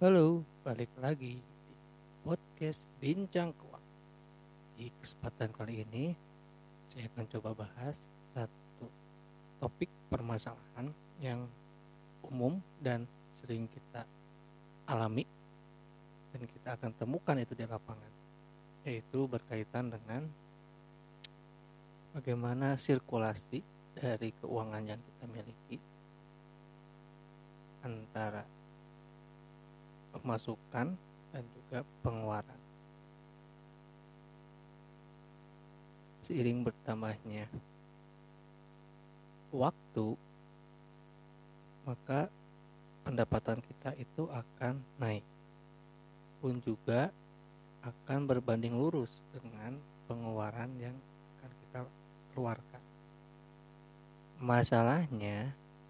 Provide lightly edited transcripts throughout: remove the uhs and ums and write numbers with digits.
Halo, balik lagi di podcast Bincang Keuangan. Di kesempatan kali ini, saya akan coba bahas satu topik permasalahan yang umum dan sering kita alami dan kita akan temukan itu di lapangan, yaitu berkaitan dengan bagaimana sirkulasi dari keuangan yang kita miliki antara pemasukan dan juga pengeluaran. Seiring bertambahnya waktu, maka pendapatan kita itu akan naik, pun juga akan berbanding lurus dengan pengeluaran yang akan kita keluarkan. Masalahnya,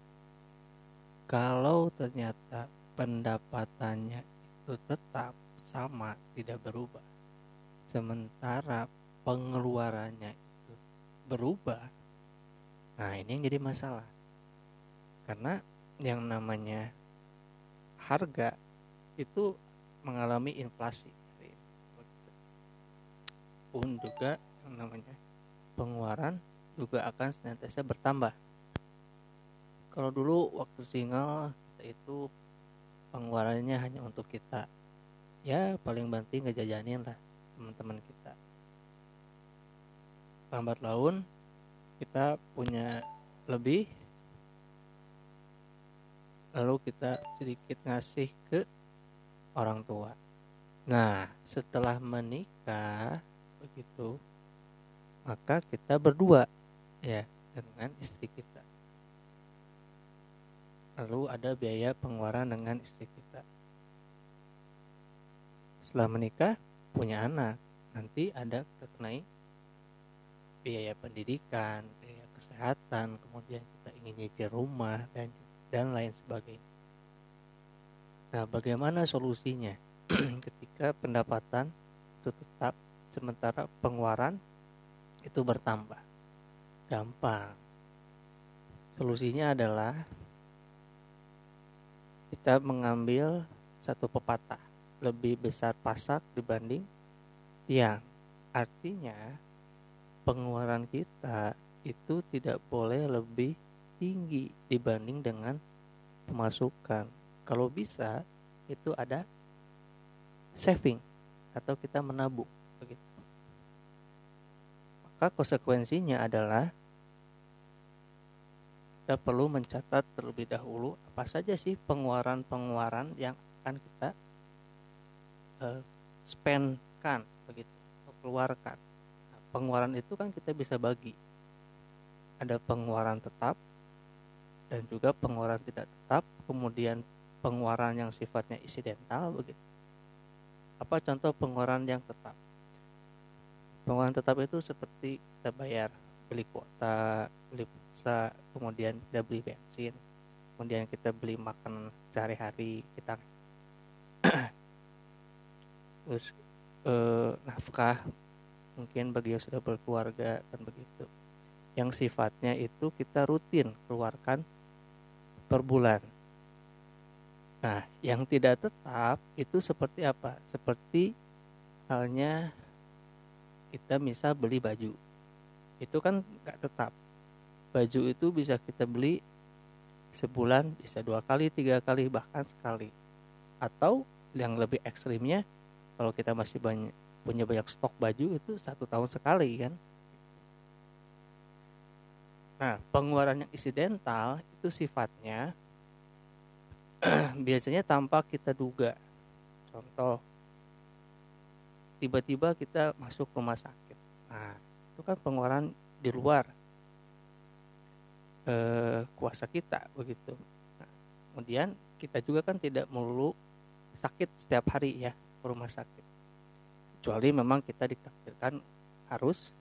kalau ternyata pendapatannya itu tetap sama, tidak berubah, sementara pengeluarannya itu berubah, nah ini yang jadi masalah. Karena yang namanya harga itu mengalami inflasi, pun juga yang namanya pengeluaran juga akan senantiasa bertambah. Kalau dulu waktu single kita itu pengeluarannya hanya untuk kita, ya paling banting ngejajanin lah teman-teman kita. Lambat laun kita punya lebih, lalu kita sedikit ngasih ke orang tua. Nah, setelah menikah begitu, maka kita berdua ya dengan istri kita. Lalu ada biaya pengeluaran dengan istri kita. Setelah menikah, punya anak, nanti ada terkenai biaya pendidikan, biaya kesehatan, kemudian kita ingin nyicil rumah dan lain sebagainya. Nah, bagaimana solusinya ketika pendapatan itu tetap sementara pengeluaran itu bertambah? Gampang. Solusinya adalah kita mengambil satu pepatah, lebih besar pasak dibanding tiang. Artinya pengeluaran kita itu tidak boleh lebih tinggi dibanding dengan pemasukan. Kalau bisa itu ada saving atau kita menabung begitu. Maka konsekuensinya adalah kita perlu mencatat terlebih dahulu apa saja sih pengeluaran-pengeluaran yang akan kita spendkan begitu, keluarkan. Nah, pengeluaran itu kan kita bisa bagi. Ada pengeluaran tetap dan juga pengeluaran tidak tetap, kemudian pengeluaran yang sifatnya insidental begitu. Apa contoh pengeluaran yang tetap? Pengeluaran tetap itu seperti kita bayar beli kuota, beli pulsa, kemudian kita beli bensin, kemudian kita beli makan sehari-hari kita, terus nafkah mungkin bagi yang sudah berkeluarga kan begitu, yang sifatnya itu kita rutin keluarkan per bulan. Nah, yang tidak tetap itu seperti apa? Seperti halnya kita misal beli baju, itu kan nggak tetap. Baju itu bisa kita beli sebulan, bisa 2 kali, 3 kali, bahkan sekali. Atau yang lebih ekstrimnya, kalau kita masih punya banyak stok baju, itu 1 tahun sekali kan. Nah, pengeluaran yang insidental itu sifatnya biasanya tanpa kita duga. Contoh, tiba-tiba kita masuk rumah sakit. Nah, itu kan pengeluaran di luar kuasa kita begitu. Nah, kemudian kita juga kan tidak melulu sakit setiap hari ya ke rumah sakit, kecuali memang kita ditakdirkan harus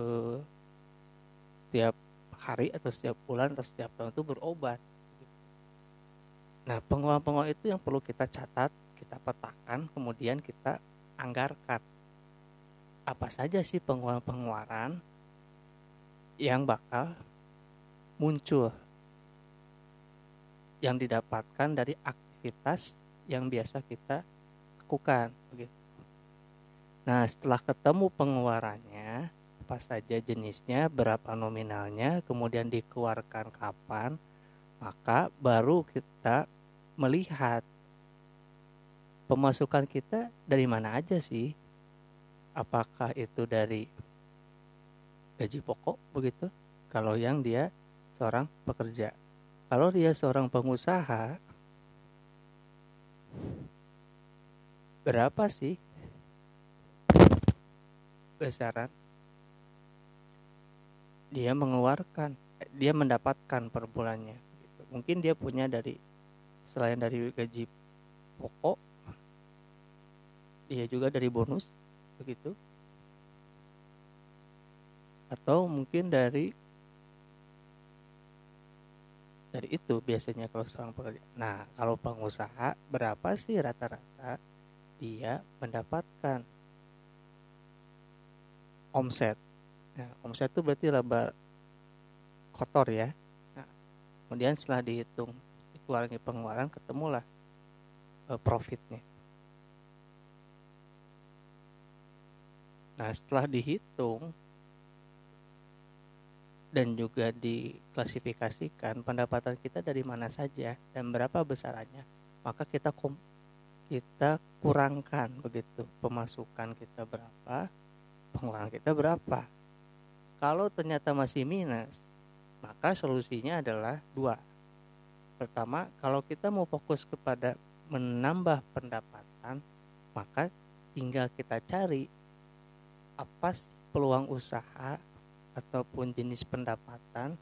setiap hari atau setiap bulan atau setiap tahun itu berobat. Nah, pengeluaran-pengeluaran itu yang perlu kita catat, kita petakan, kemudian kita anggarkan. Apa saja sih pengeluaran-pengeluaran yang bakal muncul, yang didapatkan dari aktivitas yang biasa kita lakukan begitu. Nah, setelah ketemu pengeluarannya, apa saja jenisnya, berapa nominalnya, kemudian dikeluarkan kapan, maka baru kita melihat pemasukan kita dari mana aja sih. Apakah itu dari gaji pokok begitu, kalau yang dia seorang pekerja. Kalau dia seorang pengusaha, berapa sih besaran dia mengeluarkan, dia mendapatkan per bulannya gitu. Mungkin dia punya dari, selain dari gaji pokok, dia juga dari bonus begitu, atau mungkin dari itu biasanya kalau seorang pekerja. Nah, kalau pengusaha, berapa sih rata-rata dia mendapatkan omset? Nah, omset itu berarti laba kotor ya. Nah, kemudian setelah dihitung, dikurangi pengeluaran, ketemulah profitnya. Nah, setelah dihitung dan juga diklasifikasikan pendapatan kita dari mana saja dan berapa besarannya, maka kita kurangkan begitu, pemasukan kita berapa, pengeluaran kita berapa. Kalau ternyata masih minus, maka solusinya adalah dua. Pertama, kalau kita mau fokus kepada menambah pendapatan, maka tinggal kita cari apa peluang usaha ataupun jenis pendapatan,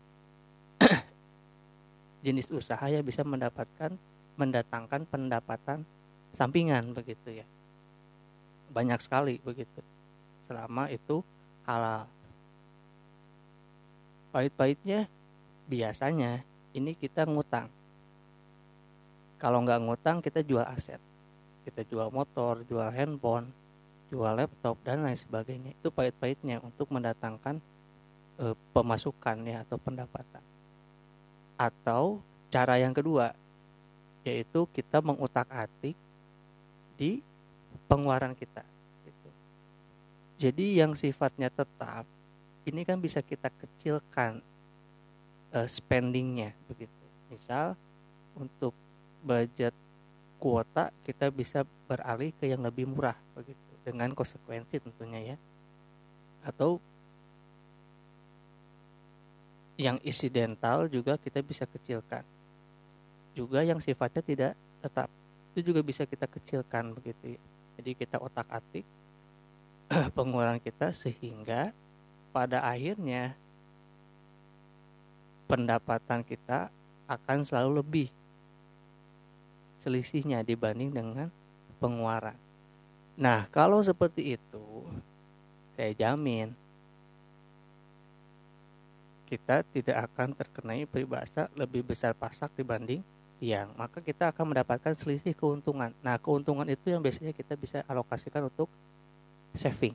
jenis usaha yang bisa mendatangkan pendapatan sampingan begitu ya. Banyak sekali begitu, selama itu halal. Pahit-pahitnya biasanya ini kita ngutang. Kalau nggak ngutang, kita jual aset, kita jual motor, jual handphone, jual laptop dan lain sebagainya. Itu pahit-pahitnya untuk mendatangkan pemasukan ya, atau pendapatan. Atau cara yang kedua, yaitu kita mengutak-atik di pengeluaran kita gitu. Jadi yang sifatnya tetap ini kan bisa kita kecilkan spendingnya begitu. Misal untuk budget kuota, kita bisa beralih ke yang lebih murah begitu, dengan konsekuensi tentunya ya. Atau yang insidental juga kita bisa kecilkan. Juga yang sifatnya tidak tetap, itu juga bisa kita kecilkan begitu ya. Jadi kita otak-atik pengeluaran kita sehingga pada akhirnya pendapatan kita akan selalu lebih selisihnya dibanding dengan pengeluaran. Nah, kalau seperti itu, saya jamin kita tidak akan terkenai peribahasa lebih besar pasak dibanding tiang. Maka kita akan mendapatkan selisih keuntungan. Nah, keuntungan itu yang biasanya kita bisa alokasikan untuk saving.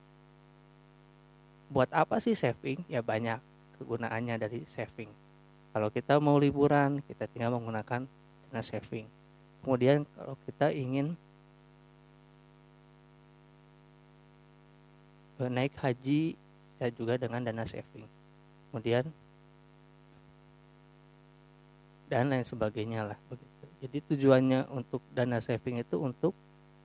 Buat apa sih saving? Ya banyak kegunaannya dari saving. Kalau kita mau liburan, kita tinggal menggunakan dana saving. Kemudian kalau kita ingin naik haji, bisa juga dengan dana saving. Kemudian dan lain sebagainya lah begitu. Jadi tujuannya untuk dana saving itu untuk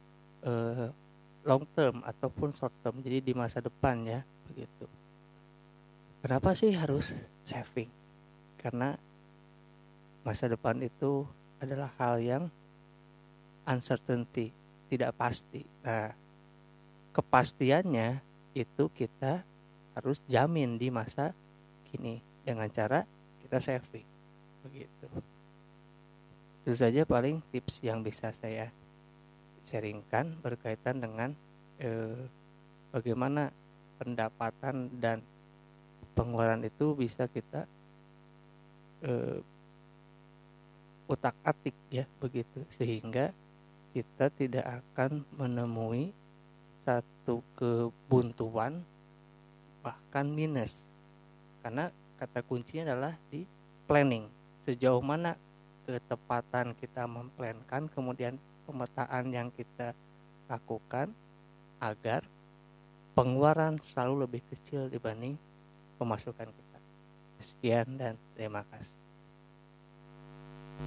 long term ataupun short term, jadi di masa depan ya begitu. Kenapa sih harus saving? Karena masa depan itu adalah hal yang uncertainty, tidak pasti. Nah, kepastiannya itu kita harus jamin di masa kini dengan cara kita saving begitu. Itu saja paling tips yang bisa saya sharingkan berkaitan dengan bagaimana pendapatan dan pengeluaran itu bisa kita utak-atik ya begitu, sehingga kita tidak akan menemui satu kebuntuan bahkan minus. Karena kata kuncinya adalah di planning, sejauh mana ketepatan kita memplankan, kemudian pemetaan yang kita lakukan agar pengeluaran selalu lebih kecil dibanding pemasukan kita. Sekian dan terima kasih.